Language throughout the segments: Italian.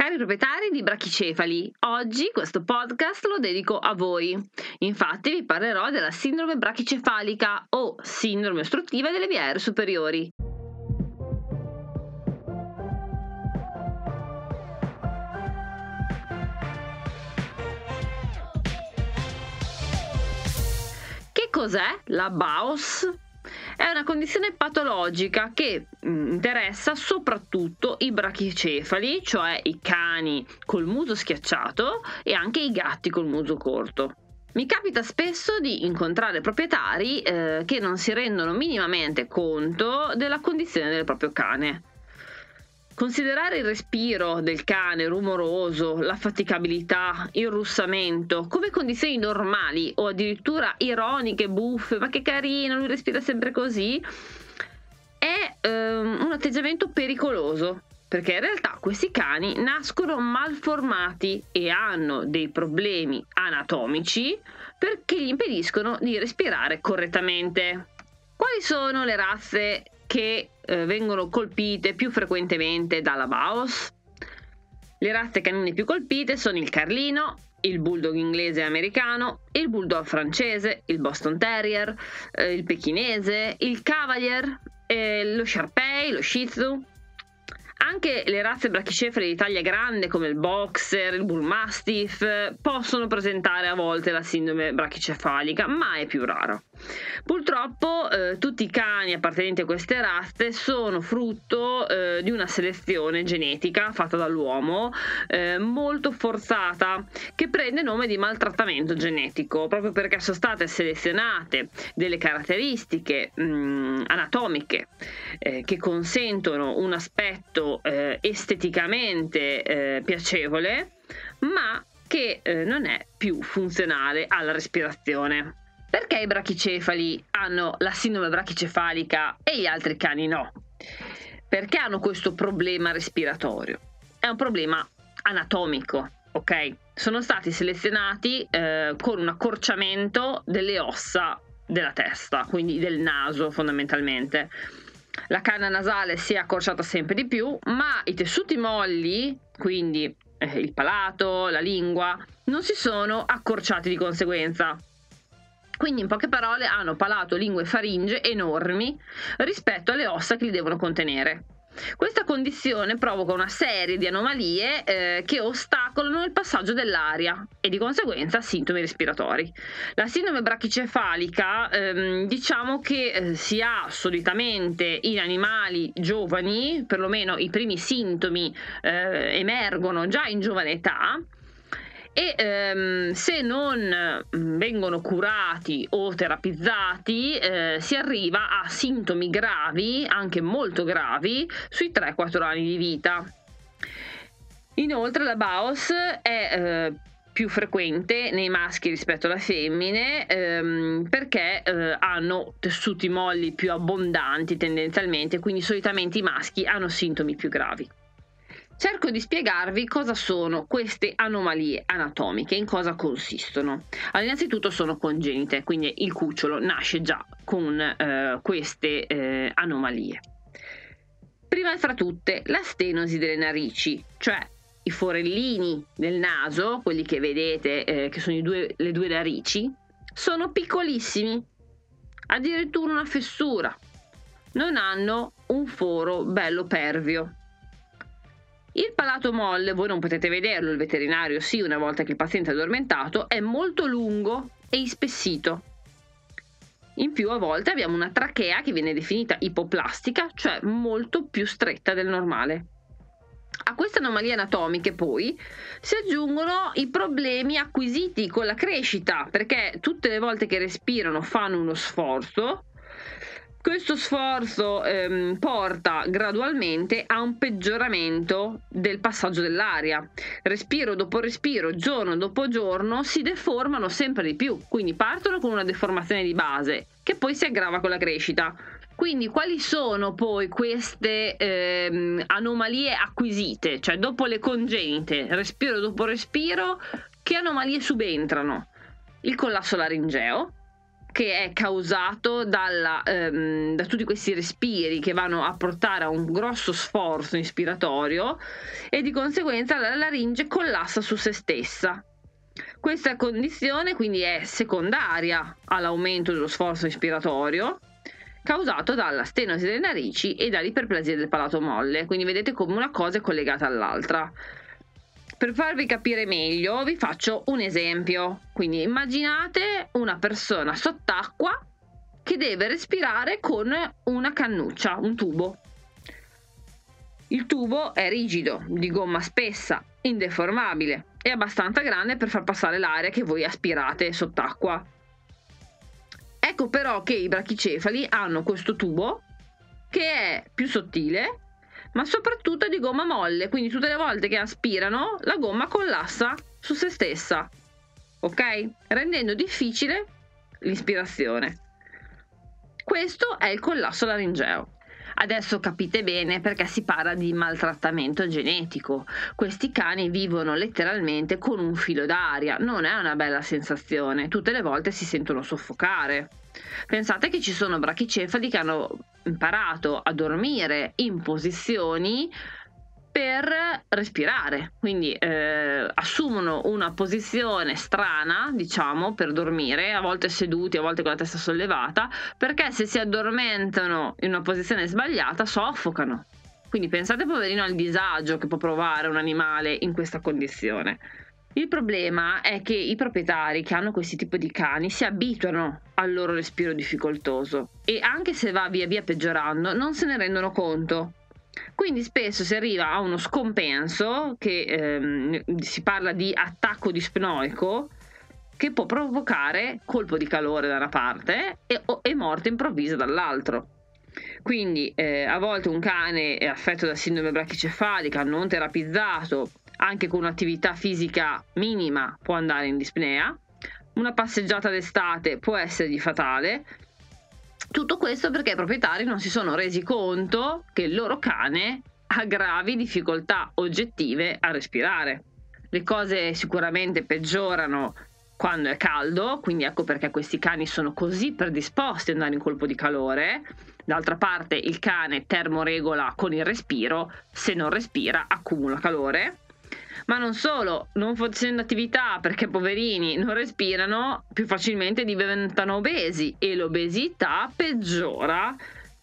Cari proprietari di brachicefali, oggi questo podcast lo dedico a voi. Infatti vi parlerò della sindrome brachicefalica o sindrome ostruttiva delle vie aeree superiori. Che cos'è la BAOS? È una condizione patologica che interessa soprattutto i brachicefali, cioè i cani col muso schiacciato e anche i gatti col muso corto. Mi capita spesso di incontrare proprietari che non si rendono minimamente conto della condizione del proprio cane. Considerare il respiro del cane rumoroso, l'affaticabilità, il russamento come condizioni normali o addirittura ironiche, buffe, ma che carino, lui respira sempre così, è un atteggiamento pericoloso, perché in realtà questi cani nascono malformati e hanno dei problemi anatomici perché gli impediscono di respirare correttamente. Quali sono le razze che vengono colpite più frequentemente dalla BAOS? Le razze canine più colpite sono il Carlino, il Bulldog inglese e americano, il Bulldog francese, il Boston Terrier, il Pechinese, il Cavalier, lo Shar-Pei, lo Shih Tzu. Anche le razze brachicefale di taglia grande come il Boxer, il Bull Mastiff possono presentare a volte la sindrome brachicefalica, ma è più raro. Purtroppo tutti i cani appartenenti a queste razze sono frutto di una selezione genetica fatta dall'uomo molto forzata, che prende nome di maltrattamento genetico, proprio perché sono state selezionate delle caratteristiche anatomiche che consentono un aspetto esteticamente piacevole, ma che non è più funzionale alla respirazione. Perché i brachicefali hanno la sindrome brachicefalica e gli altri cani no? Perché hanno questo problema respiratorio? È un problema anatomico, ok? Sono stati selezionati con un accorciamento delle ossa della testa, quindi del naso fondamentalmente. La canna nasale si è accorciata sempre di più, ma i tessuti molli, quindi il palato, la lingua, non si sono accorciati di conseguenza. Quindi in poche parole hanno palato, lingua e faringe enormi rispetto alle ossa che li devono contenere. Questa condizione provoca una serie di anomalie che ostacolano il passaggio dell'aria e di conseguenza sintomi respiratori. La sindrome brachicefalica diciamo che si ha solitamente in animali giovani, perlomeno i primi sintomi emergono già in giovane età, e se non vengono curati o terapizzati si arriva a sintomi gravi, anche molto gravi, sui 3-4 anni di vita. Inoltre la BAOS è più frequente nei maschi rispetto alle femmine perché hanno tessuti molli più abbondanti tendenzialmente, quindi solitamente i maschi hanno sintomi più gravi. Cerco di spiegarvi cosa sono queste anomalie anatomiche, in cosa consistono. Allora, innanzitutto sono congenite, quindi il cucciolo nasce già con queste anomalie. Prima fra tutte, la stenosi delle narici, cioè i forellini del naso, quelli che vedete che sono le due narici, sono piccolissimi, addirittura una fessura, non hanno un foro bello pervio. Il palato molle, voi non potete vederlo, il veterinario sì, una volta che il paziente è addormentato, è molto lungo e ispessito. In più a volte abbiamo una trachea che viene definita ipoplastica, cioè molto più stretta del normale. A queste anomalie anatomiche poi si aggiungono i problemi acquisiti con la crescita, perché tutte le volte che respirano fanno uno sforzo. Questo sforzo porta gradualmente a un peggioramento del passaggio dell'aria. Respiro dopo respiro, giorno dopo giorno, si deformano sempre di più. Quindi partono con una deformazione di base, che poi si aggrava con la crescita. Quindi quali sono poi queste anomalie acquisite? Cioè dopo le congenite, respiro dopo respiro, che anomalie subentrano? Il collasso laringeo, che è causato da tutti questi respiri che vanno a portare a un grosso sforzo ispiratorio e di conseguenza la laringe collassa su se stessa. Questa condizione quindi è secondaria all'aumento dello sforzo ispiratorio causato dalla stenosi delle narici e dall'iperplasia del palato molle, quindi vedete come una cosa è collegata all'altra. Per farvi capire meglio vi faccio un esempio, quindi immaginate una persona sott'acqua che deve respirare con una cannuccia, un tubo. Il tubo è rigido, di gomma spessa, indeformabile e abbastanza grande per far passare l'aria che voi aspirate sott'acqua. Ecco però che i brachicefali hanno questo tubo che è più sottile, ma soprattutto è di gomma molle, quindi tutte le volte che aspirano la gomma collassa su se stessa, ok? Rendendo difficile l'ispirazione. Questo è il collasso laringeo. Adesso capite bene perché si parla di maltrattamento genetico. Questi cani vivono letteralmente con un filo d'aria, non è una bella sensazione, tutte le volte si sentono soffocare. Pensate che ci sono brachicefali che hanno imparato a dormire in posizioni per respirare, quindi assumono una posizione strana, diciamo, per dormire, a volte seduti, a volte con la testa sollevata, perché se si addormentano in una posizione sbagliata soffocano. Quindi pensate poverino al disagio che può provare un animale in questa condizione. Il problema è che i proprietari che hanno questi tipi di cani si abituano al loro respiro difficoltoso e anche se va via via peggiorando non se ne rendono conto. Quindi spesso si arriva a uno scompenso che si parla di attacco dispnoico che può provocare colpo di calore da una parte e morte improvvisa dall'altro. Quindi a volte un cane è affetto da sindrome brachicefalica non terapizzato, anche con un'attività fisica minima può andare in dispnea, una passeggiata d'estate può essergli fatale. Tutto questo perché i proprietari non si sono resi conto che il loro cane ha gravi difficoltà oggettive a respirare. Le cose sicuramente peggiorano quando è caldo, quindi ecco perché questi cani sono così predisposti ad andare in colpo di calore. D'altra parte il cane termoregola con il respiro, se non respira accumula calore. Ma non solo, non facendo attività perché poverini non respirano, più facilmente diventano obesi e l'obesità peggiora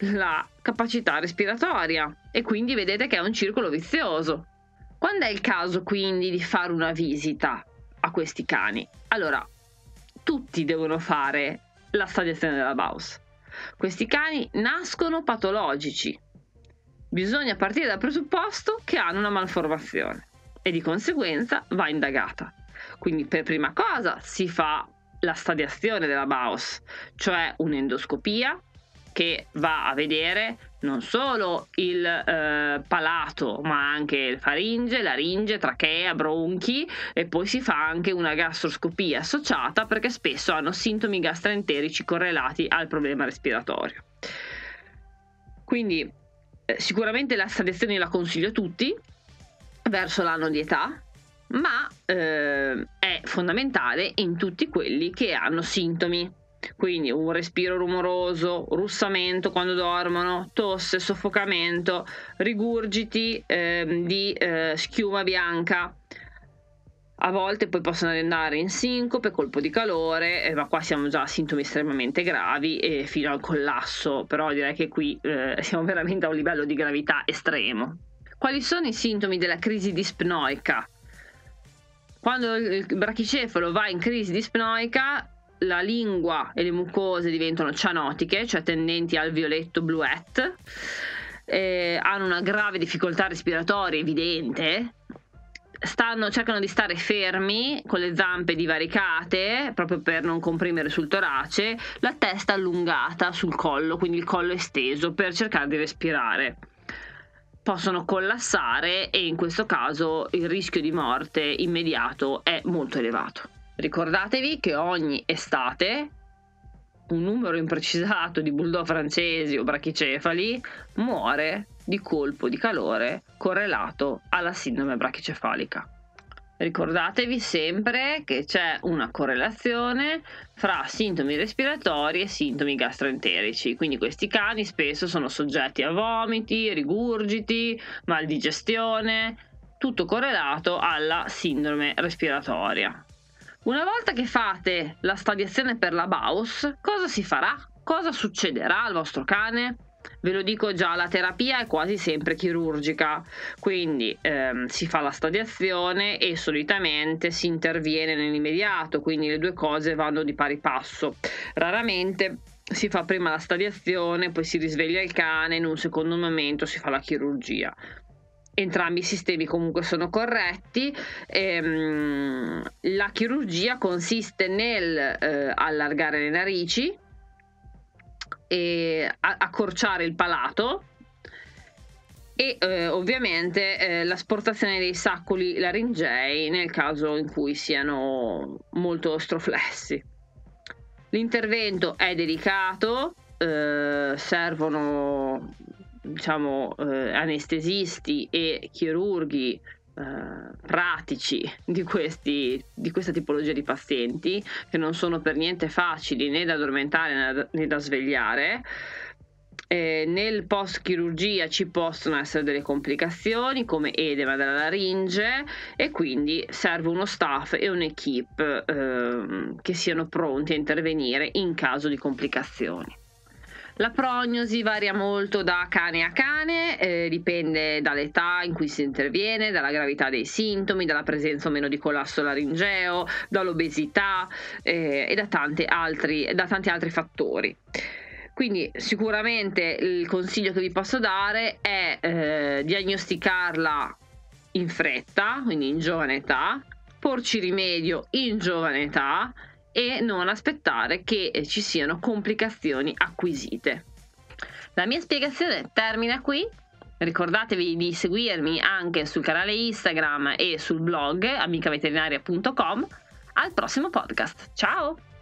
la capacità respiratoria e quindi vedete che è un circolo vizioso. Quando è il caso quindi di fare una visita a questi cani? Allora, tutti devono fare la stadiazione della Bausch. Questi cani nascono patologici. Bisogna partire dal presupposto che hanno una malformazione e di conseguenza va indagata. Quindi per prima cosa si fa la stadiazione della Bausch, cioè un'endoscopia che va a vedere non solo il palato, ma anche il faringe, laringe, trachea, bronchi e poi si fa anche una gastroscopia associata perché spesso hanno sintomi gastroenterici correlati al problema respiratorio. Quindi sicuramente la stadiazione la consiglio a tutti verso l'anno di età, ma è fondamentale in tutti quelli che hanno sintomi, quindi un respiro rumoroso, russamento quando dormono, tosse, soffocamento, rigurgiti di schiuma bianca. A volte poi possono andare in sincope, colpo di calore, ma qua siamo già a sintomi estremamente gravi e fino al collasso, però direi che qui siamo veramente a un livello di gravità estremo. Quali sono i sintomi della crisi dispnoica? Quando il brachicefalo va in crisi dispnoica, la lingua e le mucose diventano cianotiche, cioè tendenti al violetto bluette, hanno una grave difficoltà respiratoria evidente, cercano di stare fermi con le zampe divaricate proprio per non comprimere sul torace, la testa allungata sul collo, quindi il collo esteso per cercare di respirare. Possono collassare e in questo caso il rischio di morte immediato è molto elevato. Ricordatevi che ogni estate un numero imprecisato di bulldog francesi o brachicefali muore di colpo di calore correlato alla sindrome brachicefalica. Ricordatevi sempre che c'è una correlazione fra sintomi respiratori e sintomi gastroenterici, quindi questi cani spesso sono soggetti a vomiti, rigurgiti, mal di gestione, tutto correlato alla sindrome respiratoria. Una volta che fate la stadiazione per la BAUS, cosa si farà? Cosa succederà al vostro cane? Ve lo dico già, la terapia è quasi sempre chirurgica, quindi si fa la stadiazione e solitamente si interviene nell'immediato, quindi le due cose vanno di pari passo. Raramente si fa prima la stadiazione, poi si risveglia il cane, in un secondo momento si fa la chirurgia. Entrambi i sistemi comunque sono corretti. La chirurgia consiste nel allargare le narici e accorciare il palato e ovviamente l'asportazione dei sacculi laringei nel caso in cui siano molto ostroflessi. L'intervento è delicato, servono anestesisti e chirurghi pratici di questa tipologia di pazienti, che non sono per niente facili né da addormentare né da svegliare. Nel post chirurgia ci possono essere delle complicazioni come edema della laringe e quindi serve uno staff e un'equipe che siano pronti a intervenire in caso di complicazioni. La prognosi varia molto da cane a cane, dipende dall'età in cui si interviene, dalla gravità dei sintomi, dalla presenza o meno di collasso laringeo, dall'obesità e da tanti altri fattori. Quindi sicuramente il consiglio che vi posso dare è diagnosticarla in fretta, quindi in giovane età, porci rimedio in giovane età e non aspettare che ci siano complicazioni acquisite. La mia spiegazione termina qui. Ricordatevi di seguirmi anche sul canale Instagram e sul blog amicaveterinaria.com. Al prossimo podcast. Ciao!